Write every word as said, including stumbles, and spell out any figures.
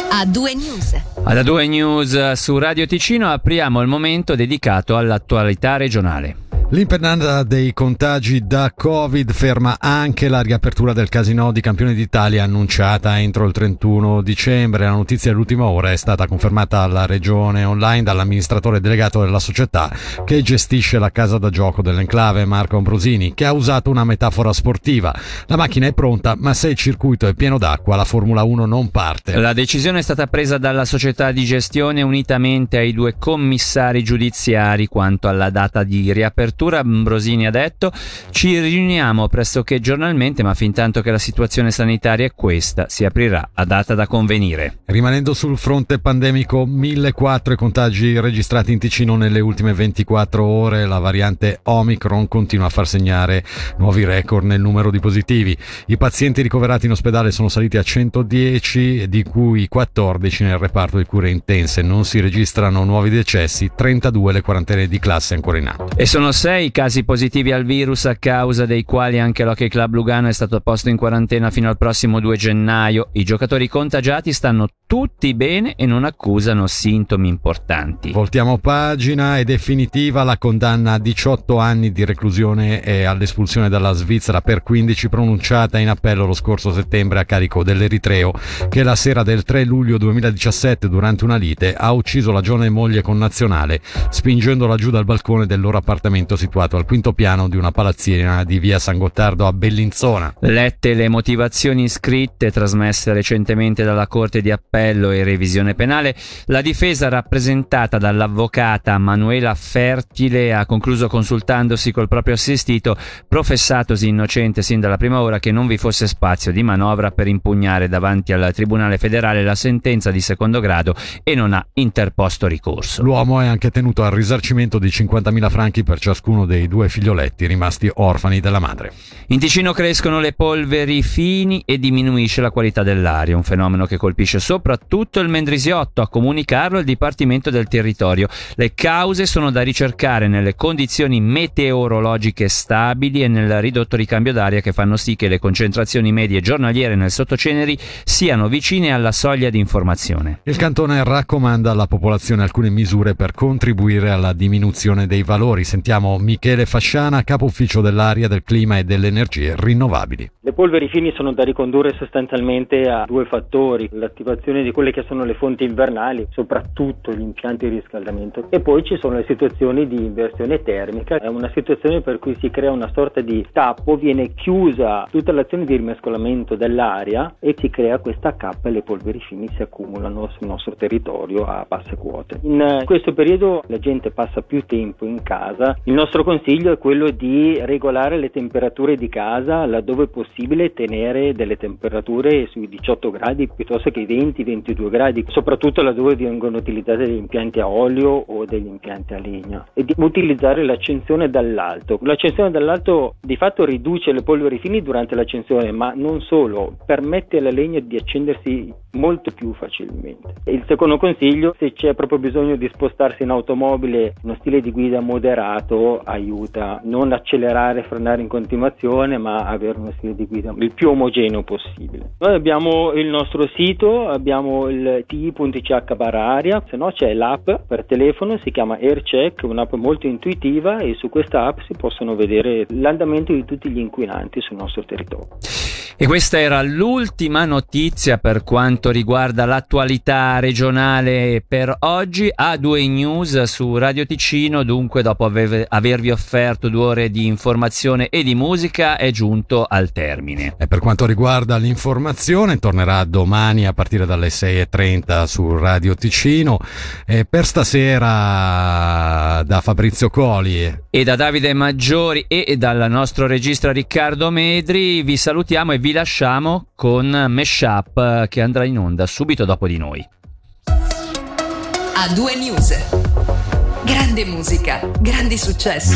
A due News. Ad A due News su Radio Ticino apriamo il momento dedicato all'attualità regionale. L'impennata dei contagi da Covid ferma anche la riapertura del Casinò di Campione d'Italia annunciata entro il trentuno dicembre. La notizia dell'ultima ora è stata confermata alla regione online dall'amministratore delegato della società che gestisce la casa da gioco dell'enclave, Marco Ambrosini, che ha usato una metafora sportiva. La macchina è pronta, ma se il circuito è pieno d'acqua, la Formula uno non parte. La decisione è stata presa dalla società di gestione unitamente ai due commissari giudiziari quanto alla data di riapertura. Ambrosini ha detto: ci riuniamo pressoché giornalmente, ma fintanto che la situazione sanitaria è questa, si aprirà a data da convenire. Rimanendo sul fronte pandemico, millequattro i contagi registrati in Ticino nelle ultime ventiquattro ore. La variante Omicron continua a far segnare nuovi record nel numero di positivi. I pazienti ricoverati in ospedale sono saliti a centodieci, di cui quattordici nel reparto di cure intense. Non si registrano nuovi decessi, trentadue le quarantene di classe ancora in atto. E sono sei i casi positivi al virus, a causa dei quali anche l'Hockey Club Lugano è stato posto in quarantena fino al prossimo due gennaio. I giocatori contagiati stanno tutti bene e non accusano sintomi importanti. Voltiamo pagina. È definitiva la condanna a diciotto anni di reclusione e all'espulsione dalla Svizzera per quindici pronunciata in appello lo scorso settembre a carico dell'eritreo che la sera del tre luglio duemiladiciassette, durante una lite, ha ucciso la giovane moglie connazionale spingendola giù dal balcone del loro appartamento situato al quinto piano di una palazzina di via San Gottardo a Bellinzona. Lette le motivazioni scritte trasmesse recentemente dalla Corte di Appello e Revisione Penale, la difesa, rappresentata dall'avvocata Manuela Fertile, ha concluso consultandosi col proprio assistito, professatosi innocente sin dalla prima ora, che non vi fosse spazio di manovra per impugnare davanti al Tribunale federale la sentenza di secondo grado e non ha interposto ricorso. L'uomo è anche tenuto al risarcimento di cinquantamila franchi per ciascuno dei due figlioletti rimasti orfani della madre. In Ticino crescono le polveri fini e diminuisce la qualità dell'aria, un fenomeno che colpisce soprattutto il Mendrisiotto, a comunicarlo il Dipartimento del Territorio. Le cause sono da ricercare nelle condizioni meteorologiche stabili e nel ridotto ricambio d'aria, che fanno sì che le concentrazioni medie giornaliere nel sottoceneri siano vicine alla soglia di informazione. Il cantone raccomanda alla popolazione alcune misure per contribuire alla diminuzione dei valori. Sentiamo Michele Fasciana, capo ufficio dell'aria, del clima e delle energie rinnovabili. Le polveri fini sono da ricondurre sostanzialmente a due fattori: l'attivazione di quelle che sono le fonti invernali, soprattutto gli impianti di riscaldamento, e poi ci sono le situazioni di inversione termica. È una situazione per cui si crea una sorta di tappo, viene chiusa tutta l'azione di rimescolamento dell'aria e si crea questa cappa e le polveri fini si accumulano sul nostro territorio a basse quote. In questo periodo la gente passa più tempo in casa. Il nostro consiglio è quello di regolare le temperature di casa, laddove possibile tenere delle temperature sui diciotto gradi piuttosto che i venti ventidue gradi, soprattutto laddove vengono utilizzati degli impianti a olio o degli impianti a legna, e di utilizzare l'accensione dall'alto. L'accensione dall'alto di fatto riduce le polveri fini durante l'accensione, ma non solo, permette alla legna di accendersi molto più facilmente. E il secondo consiglio: se c'è proprio bisogno di spostarsi in automobile, uno stile di guida moderato aiuta, non accelerare e frenare in continuazione, ma avere uno stile di guida il più omogeneo possibile. Noi abbiamo il nostro sito, abbiamo il t i punto c h barra aria, se no c'è l'app per telefono, si chiama AirCheck, un'app molto intuitiva, e su questa app si possono vedere l'andamento di tutti gli inquinanti sul nostro territorio. E questa era l'ultima notizia per quanto riguarda l'attualità regionale per oggi. A due News su Radio Ticino, dunque, dopo aver, avervi offerto due ore di informazione e di musica, è giunto al termine. E per quanto riguarda l'informazione, tornerà domani a partire dalle sei e trenta su Radio Ticino. E per stasera, da Fabrizio Coli e da Davide Maggiori e dal nostro regista Riccardo Medri, vi salutiamo e vi lasciamo con Mashup, che andrà in onda subito dopo di noi. A due News. Grande musica, grandi successi.